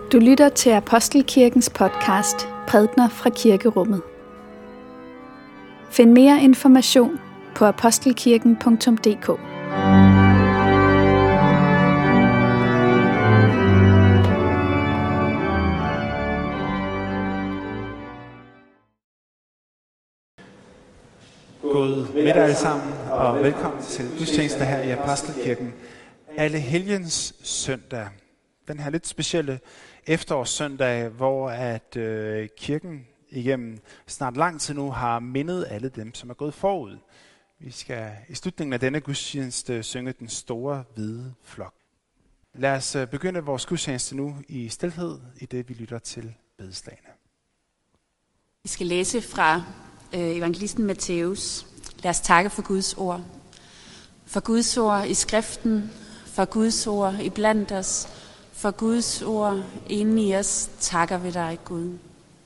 Du lytter til Apostelkirkens podcast Prædner fra Kirkerummet. Find mere information på apostelkirken.dk. God middag alle sammen, og velkommen til gudstjeneste her i Apostelkirken. Alle helgens søndag. Den her lidt specielle efterårssøndag, hvor at kirken igennem snart lang tid nu har mindet alle dem, som er gået forud. Vi skal i slutningen af denne gudstjeneste synge Den store hvide flok. Lad os begynde vores gudstjeneste nu i stilhed, i det vi lytter til bedeslagene. Vi skal læse fra evangelisten Matthæus. Lad os takke for Guds ord. For Guds ord i skriften, for Guds ord i blandt os, for Guds ord inde i os, takker vi dig, Gud.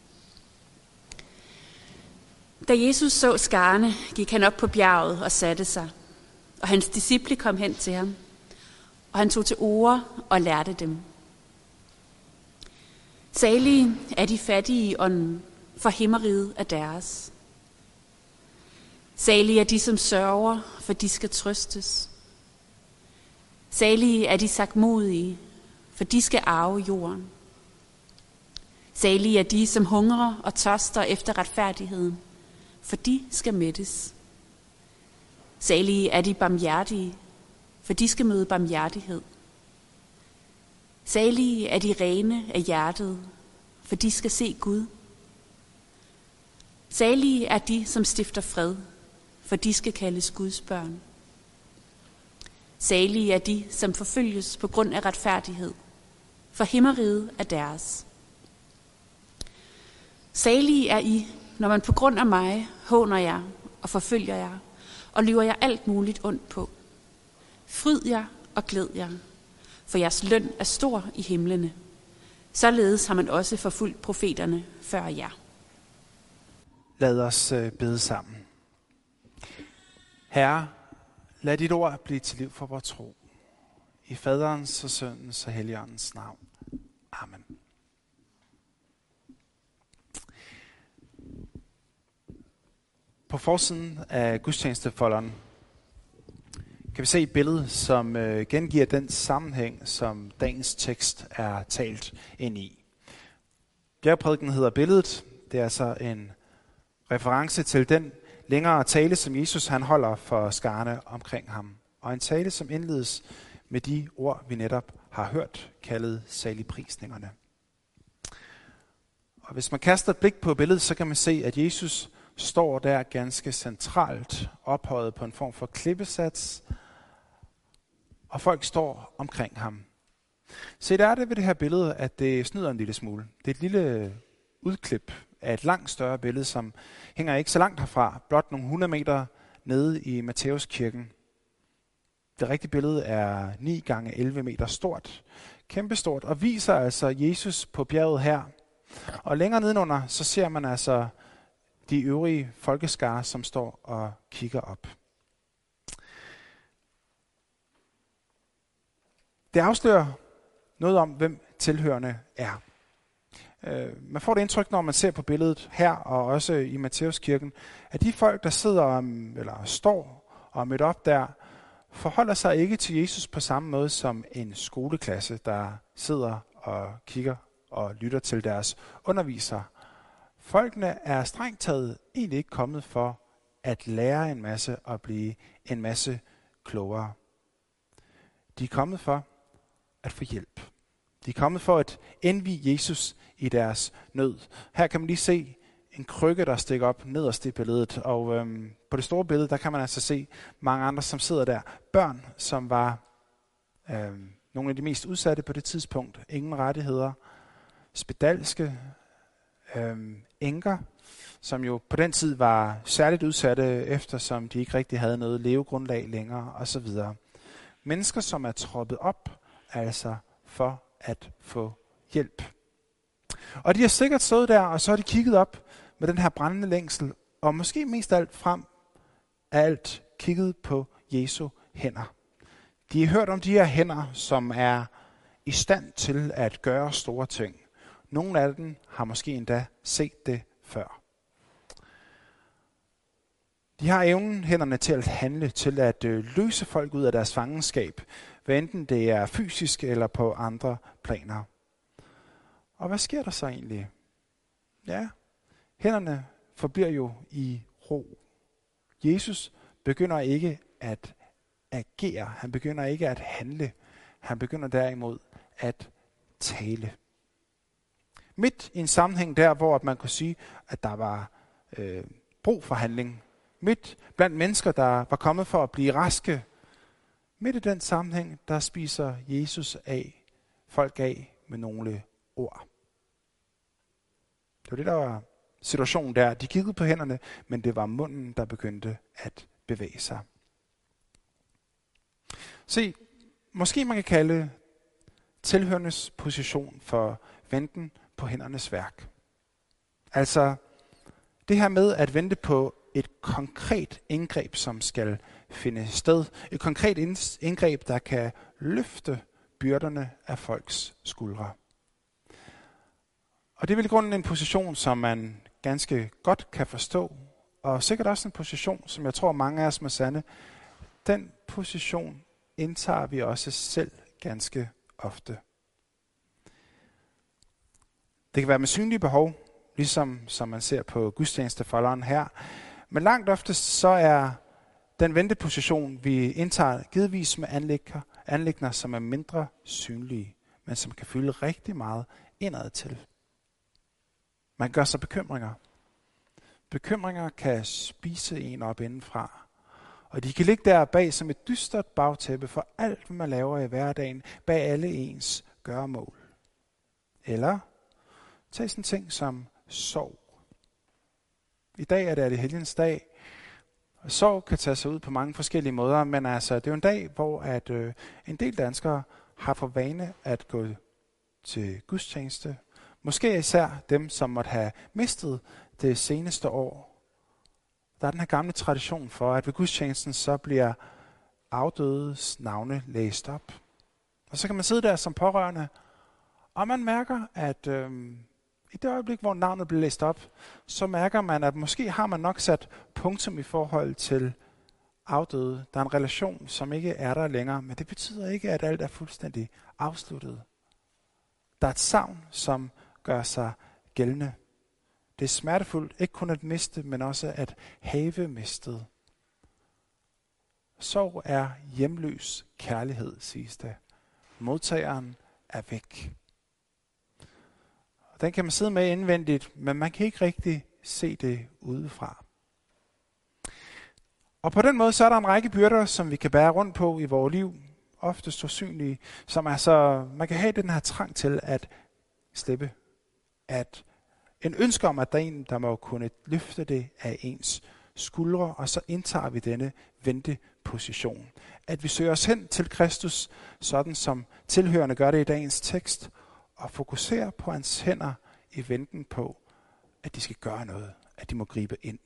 Da Jesus så skarne, gik han op på bjerget og satte sig, og hans disciple kom hen til ham, og han tog til orde og lærte dem. Salige er de fattige i ånden, for himmeriget er deres. Salige er de, som sørger, for de skal trøstes. Salige er de sagtmodige, for de skal arve jorden. Salige er de, som hungrer og tørster efter retfærdigheden, for de skal mættes. Salige er de barmhjertige, for de skal møde barmhjertighed. Salige er de rene af hjertet, for de skal se Gud. Salige er de, som stifter fred, for de skal kaldes Guds børn. Salige er de, som forfølges på grund af retfærdighed, for himmeriget er deres. Salige er I, når man på grund af mig håner jer og forfølger jer, og lyver jer alt muligt ondt på. Fryd jer og glæd jer, for jeres løn er stor i himlene. Således har man også forfulgt profeterne før jer. Lad os bede sammen. Herre, lad dit ord blive til liv for vor tro. I faderens og søndens og helligåndens navn. Amen. På forsiden af gudstjenestefolderen kan vi se et billede, som gengiver den sammenhæng, som dagens tekst er talt ind i. Bjergprædiken hedder Billedet. Det er altså en reference til den længere tale, som Jesus han holder for skarne omkring ham. Og en tale, som indledes med de ord, vi netop har hørt, kaldet saligprisningerne. Og hvis man kaster et blik på billedet, så kan man se, at Jesus står der ganske centralt, ophøjet på en form for klippesats, og folk står omkring ham. Se, der er det ved det her billede, at det snyder en lille smule. Det er et lille udklip af et langt større billede, som hænger ikke så langt herfra, blot nogle 100 meter nede i Matthæuskirken. Det rigtige billede er 9 gange 11 meter stort, kæmpestort, og viser altså Jesus på bjerget her. Og længere nedenunder, så ser man altså de øvrige folkeskare, som står og kigger op. Det afslører noget om, hvem tilhørende er. Man får det indtryk, når man ser på billedet her, og også i Matthæuskirken, at de folk, der sidder eller står og er mødt op der, forholder sig ikke til Jesus på samme måde som en skoleklasse, der sidder og kigger og lytter til deres undervisere. Folkene er strengt taget egentlig ikke kommet for at lære en masse og blive en masse klogere. De er kommet for at få hjælp. De er kommet for at indvie Jesus i deres nød. Her kan man lige se en krykke, der stikker op nederst i billedet. Og på det store billede, der kan man altså se mange andre, som sidder der. Børn, som var nogle af de mest udsatte på det tidspunkt. Ingen rettigheder. Spedalske. Enker, som jo på den tid var særligt udsatte, eftersom de ikke rigtig havde noget levegrundlag længere, osv. Mennesker, som er troppet op, altså for at få hjælp. Og de har sikkert stået der, og så har de kigget op med den her brændende længsel, og måske mest alt frem af alt kigget på Jesu hænder. De har hørt om de her hænder, som er i stand til at gøre store ting. Nogle af dem har måske endda set det før. De har evnen, hænderne, til at handle, til at løse folk ud af deres fangenskab, hvad enten det er fysisk eller på andre planer. Og hvad sker der så egentlig? Ja, hænderne forbliver jo i ro. Jesus begynder ikke at agere, han begynder ikke at handle, han begynder derimod at tale. Midt i en sammenhæng der, hvor man kunne sige, at der var brug for handling, midt blandt mennesker, der var kommet for at blive raske, midt i den sammenhæng, der spiser Jesus folk af med nogle ord. Det var det, der var situationen der. De kiggede på hænderne, men det var munden, der begyndte at bevæge sig. Se, måske man kan kalde tilhørendes position for venten på hændernes værk. Altså det her med at vente på et konkret indgreb, som skal finde sted. Et konkret indgreb, der kan løfte byrderne af folks skuldre. Og det er vel i grunden en position, som man ganske godt kan forstå, og sikkert også en position, som jeg tror mange af os må sande. Den position indtager vi også selv ganske ofte. Det kan være med synlige behov, ligesom som man ser på gudstjenestefolderen her. Men langt oftest så er den venteposition, vi indtager, givetvis med anliggender, som er mindre synlige, men som kan fylde rigtig meget indad til. Man gør sig bekymringer. Bekymringer kan spise en op indenfra. Og de kan ligge der bag som et dystert bagtæppe for alt, hvad man laver i hverdagen, bag alle ens gøremål. Eller tag sådan en ting som sorg. I dag er det helgens dag, og sorg kan tage sig ud på mange forskellige måder, men altså, det er jo en dag, hvor en del danskere har for vane at gå til gudstjeneste. Måske især dem, som måtte have mistet det seneste år. Der er den her gamle tradition for, at ved gudstjenesten så bliver afdødes navne læst op. Og så kan man sidde der som pårørende, og man mærker, at i det øjeblik, hvor navnet bliver læst op, så mærker man, at måske har man nok sat punktum i forhold til afdøde. Der er en relation, som ikke er der længere, men det betyder ikke, at alt er fuldstændig afsluttet. Der er et savn, som gør sig gældende. Det er smertefuldt, ikke kun at miste, men også at have mistet. Sorg er hjemløs kærlighed, siges det. Modtageren er væk. Den kan man sidde med indvendigt, men man kan ikke rigtig se det udefra. Og på den måde så er der en række byrder, som vi kan bære rundt på i vores liv, oftest usynlige, som altså, man kan have den her trang til at slippe. At en ønske om, at der er en, der må kunne løfte det af ens skuldre, og så indtager vi denne venteposition. At vi søger os hen til Kristus, sådan som tilhørende gør det i dagens tekst, og fokuserer på hans hænder i venten på, at de skal gøre noget, at de må gribe ind.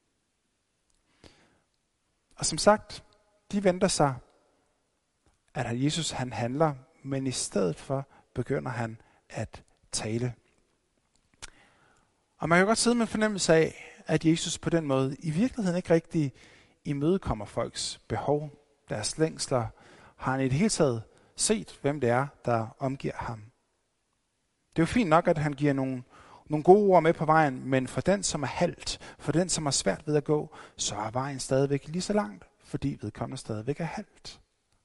Og som sagt, de venter sig, at Jesus han handler, men i stedet for begynder han at tale. Og man kan godt sidde med en fornemmelse af, at Jesus på den måde i virkeligheden ikke rigtig imødekommer folks behov, deres længsler. Har han i det hele taget set, hvem det er, der omgiver ham. Det er jo fint nok, at han giver nogle gode ord med på vejen, men for den, som er halt, for den, som er svært ved at gå, så er vejen stadigvæk lige så langt, fordi vedkommende stadigvæk er halt.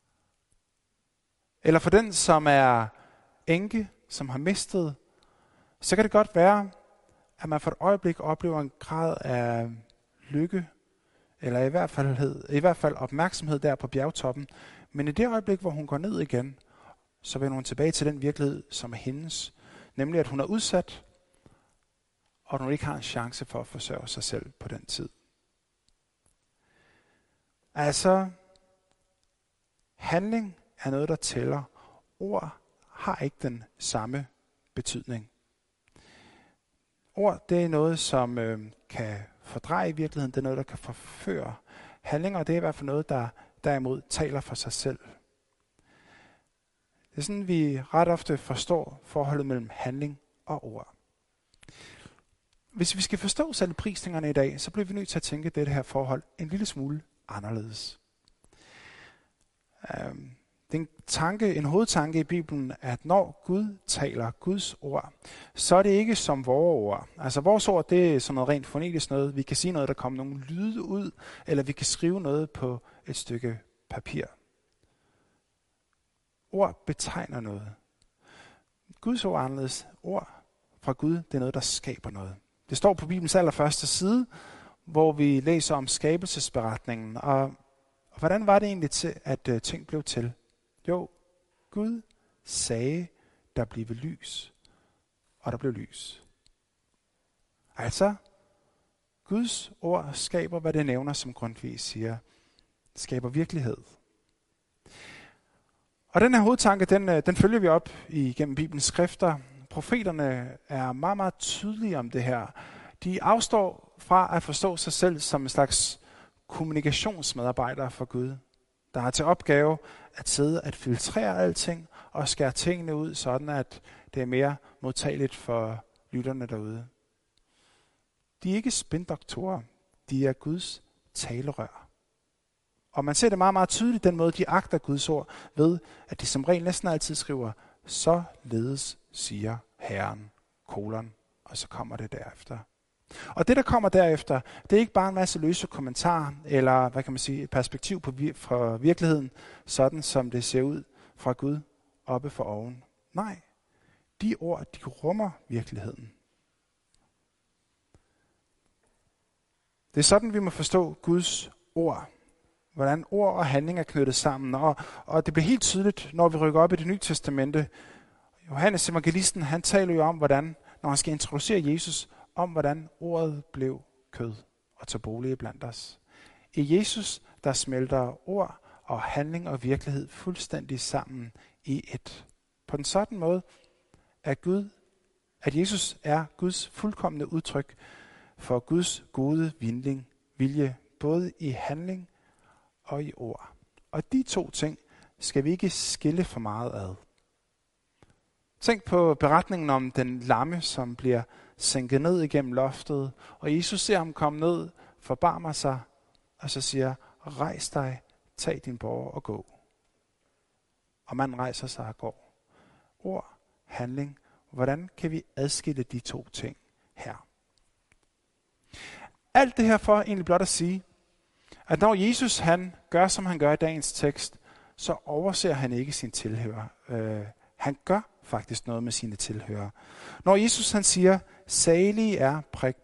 Eller for den, som er enke, som har mistet, så kan det godt være, at man for et øjeblik oplever en grad af lykke, eller i hvert fald opmærksomhed der på bjergtoppen. Men i det øjeblik, hvor hun går ned igen, så vender hun tilbage til den virkelighed, som er hendes. Nemlig, at hun er udsat, og hun ikke har en chance for at forsørge sig selv på den tid. Altså, handling er noget, der tæller. Ord har ikke den samme betydning. Ord, det er noget, som kan fordreje i virkeligheden. Det er noget, der kan forføre. Handlinger, det er i hvert fald noget, der derimod taler for sig selv. Det er sådan, vi ret ofte forstår forholdet mellem handling og ord. Hvis vi skal forstå saligprisningerne i dag, så bliver vi nødt til at tænke dette her forhold en lille smule anderledes. Det er en hovedtanke i Bibelen, at når Gud taler Guds ord, så er det ikke som vores ord. Altså vores ord, det er sådan noget rent fonetisk noget. Vi kan sige noget, der kommer nogle lyde ud, eller vi kan skrive noget på et stykke papir. Ord betegner noget. Guds ord er anderledes. Ord fra Gud, det er noget, der skaber noget. Det står på Bibelens allerførste side, hvor vi læser om skabelsesberetningen. Og hvordan var det egentlig til, at ting blev til? Jo, Gud sagde, der blev lys, og der blev lys. Altså, Guds ord skaber, hvad det nævner, som Grundtvig siger, skaber virkelighed. Og den her hovedtanke, den følger vi op igennem Bibelens skrifter. Profeterne er meget, meget tydelige om det her. De afstår fra at forstå sig selv som en slags kommunikationsmedarbejdere for Gud, der har til opgave at sidde at filtrere alting og skære tingene ud, sådan at det er mere modtageligt for lytterne derude. De er ikke spindoktorer, de er Guds talerør. Og man ser det meget, meget tydeligt, den måde, de agter Guds ord, ved at de som regel næsten altid skriver, således siger Herren, og så kommer det derefter. Og det, der kommer derefter, det er ikke bare en masse løse kommentarer, eller hvad kan man sige, et perspektiv fra virkeligheden, sådan som det ser ud fra Gud oppe for oven. Nej, de ord, de rummer virkeligheden. Det er sådan, vi må forstå Guds ord. Hvordan ord og handling er knyttet sammen. Og det bliver helt tydeligt, når vi rykker op i Det Nye Testamente. Johannes evangelisten, han taler jo om, hvordan, når han skal introducere Jesus, om hvordan ordet blev kød og tog bolig blandt os. I Jesus, der smelter ord og handling og virkelighed fuldstændig sammen i et. På den sådan måde, at Jesus er Guds fuldkomne udtryk for Guds gode vilje, både i handling og i ord. Og de to ting skal vi ikke skille for meget ad. Tænk på beretningen om den lamme, som bliver sænket ned igennem loftet, og Jesus ser ham komme ned, forbarmer sig, og så siger, rejs dig, tag din borger og gå. Og manden rejser sig og går. Ord, handling, hvordan kan vi adskille de to ting her? Alt det her for egentlig blot at sige, at når Jesus han gør, som han gør i dagens tekst, så overser han ikke sin tilhører. Han gør faktisk noget med sine tilhører. Når Jesus han siger, salig er ...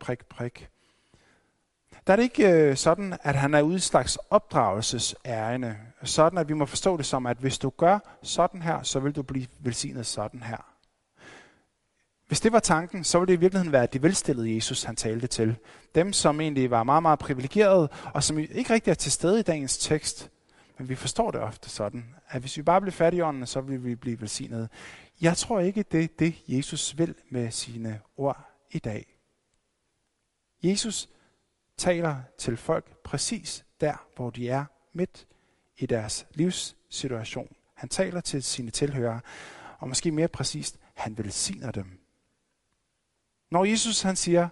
der er det ikke sådan, at han er ude i slags opdragelsesærinde. Sådan, at vi må forstå det som, at hvis du gør sådan her, så vil du blive velsignet sådan her. Hvis det var tanken, så ville det i virkeligheden være de velstillede Jesus, han talte til. Dem, som egentlig var meget, meget privilegerede, og som ikke rigtig er til stede i dagens tekst. Men vi forstår det ofte sådan, at hvis vi bare bliver fattige i ånden, så vil vi blive velsignet. Jeg tror ikke, det er det, Jesus vil med sine ord i dag. Jesus taler til folk præcis der, hvor de er midt i deres livssituation. Han taler til sine tilhørere, og måske mere præcist, han velsigner dem. Når Jesus han siger,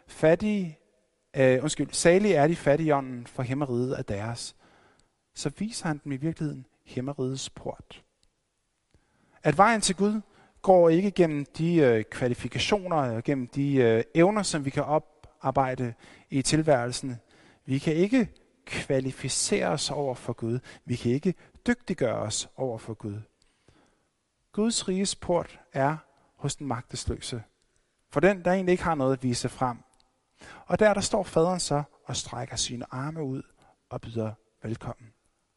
salige er de fattige i ånden, for himmeriget er deres, så viser han dem i virkeligheden himmerigets port. At vejen til Gud går ikke gennem de kvalifikationer, gennem de evner, som vi kan oparbejde i tilværelsen. Vi kan ikke kvalificere os over for Gud. Vi kan ikke dygtiggøre os over for Gud. Guds riges port er hos den magtesløse. For den, der egentlig ikke har noget at vise frem. Og der står faderen så og strækker sine arme ud og byder velkommen.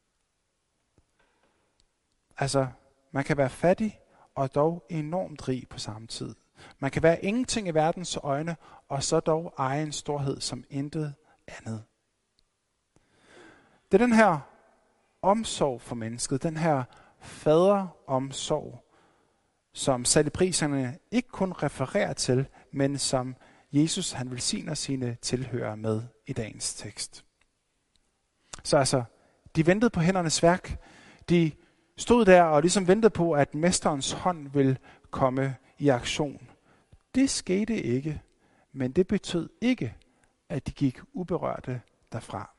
Altså, man kan være fattig og dog enormt rig på samme tid. Man kan være ingenting i verdens øjne, og så dog eje en storhed som intet andet. Det er den her omsorg for mennesket, den her faderomsorg, som saligpriserne ikke kun refererer til, men som Jesus han velsigner sine tilhørere med i dagens tekst. Så altså, de ventede på hændernes værk, de stod der og ligesom ventede på, at mesterens hånd ville komme i aktion. Det skete ikke, men det betød ikke, at de gik uberørte derfra.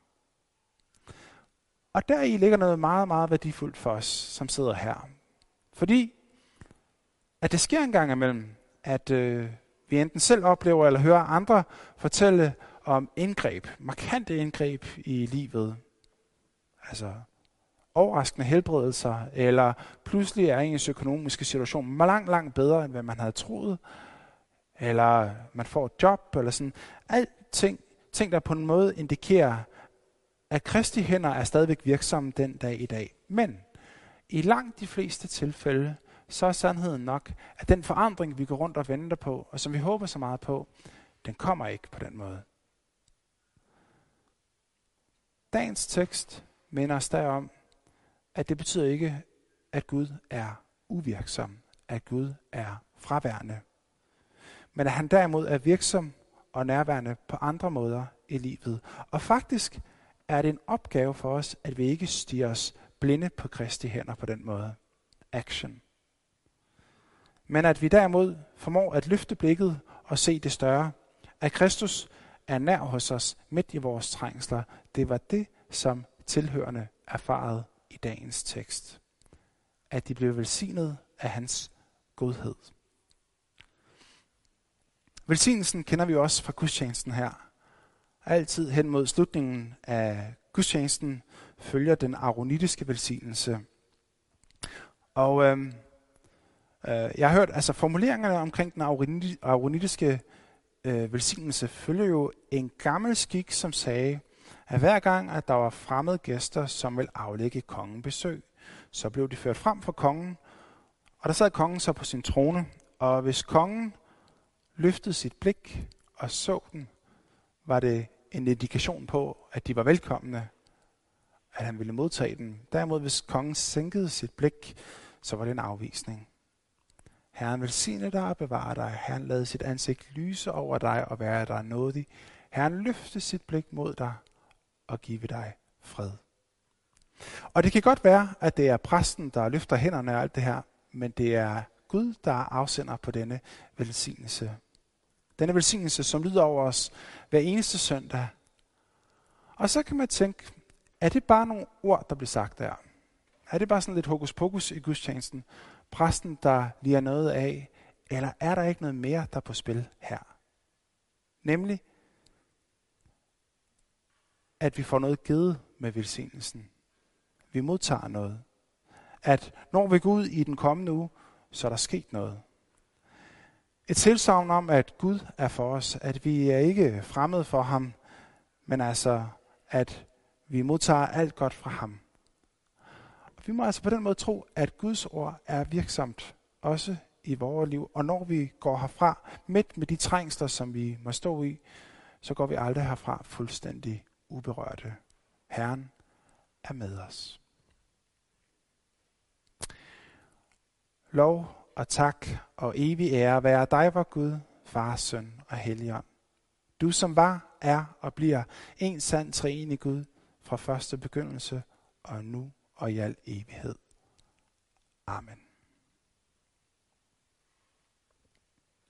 Og deri ligger noget meget, meget værdifuldt for os, som sidder her. Fordi, at det sker en gang imellem, at vi enten selv oplever eller hører andre fortælle om indgreb, markante indgreb i livet. Altså overraskende helbredelser, eller pludselig er ens økonomiske situation langt, langt bedre, end hvad man havde troet, eller man får et job, eller sådan. Alting, ting der på en måde indikerer, at Kristi hænder er stadigvæk virksomme den dag i dag. Men i langt de fleste tilfælde, så er sandheden nok, at den forandring, vi går rundt og venter på, og som vi håber så meget på, den kommer ikke på den måde. Dagens tekst minder os derom, at det betyder ikke, at Gud er uvirksom, at Gud er fraværende, men at han derimod er virksom og nærværende på andre måder i livet. Og faktisk er det en opgave for os, at vi ikke stirrer os blinde på Kristi hænder på den måde. Action. Men at vi derimod formår at løfte blikket og se det større. At Kristus er nær hos os midt i vores trængsler. Det var det, som tilhørende erfarede i dagens tekst. At de blev velsignet af hans godhed. Velsignelsen kender vi også fra gudstjenesten her. Altid hen mod slutningen af gudstjenesten følger den aaronitiske velsignelse. Og jeg har hørt, altså formuleringerne omkring den aaronitiske velsignelse følger jo en gammel skik, som sagde, at hver gang, at der var fremmede gæster, som ville aflægge kongen besøg, så blev de ført frem for kongen, og der sad kongen så på sin trone, og hvis kongen løftede sit blik og så den, var det en indikation på, at de var velkomne, at han ville modtage den. Derimod, hvis kongen sænkede sit blik, så var det en afvisning. Herren velsigne dig og bevare dig. Herren lade sit ansigt lyse over dig og være dig nådig. Herren løfte sit blik mod dig og give dig fred. Og det kan godt være, at det er præsten, der løfter hænderne og alt det her, men det er Gud, der afsender på denne velsignelse. Denne velsignelse, som lyder over os hver eneste søndag. Og så kan man tænke, er det bare nogle ord, der bliver sagt der? Er det bare sådan lidt hokus pokus i gudstjenesten? Præsten, der liger noget af? Eller er der ikke noget mere, der er på spil her? Nemlig, at vi får noget givet med velsignelsen. Vi modtager noget. At når vi går ud i den kommende uge, så er der sket noget. Et tilsagn om, at Gud er for os, at vi er ikke fremmede for ham, men altså, at vi modtager alt godt fra ham. Og vi må altså på den måde tro, at Guds ord er virksomt, også i vores liv. Og når vi går herfra, midt med de trængsler, som vi må stå i, så går vi aldrig herfra fuldstændig uberørte. Herren er med os. Lov og tak og evig ære være dig, vor Gud, Far, Søn og Helligånd. Du som var, er og bliver en sand treenig Gud fra første begyndelse og nu og i al evighed. Amen.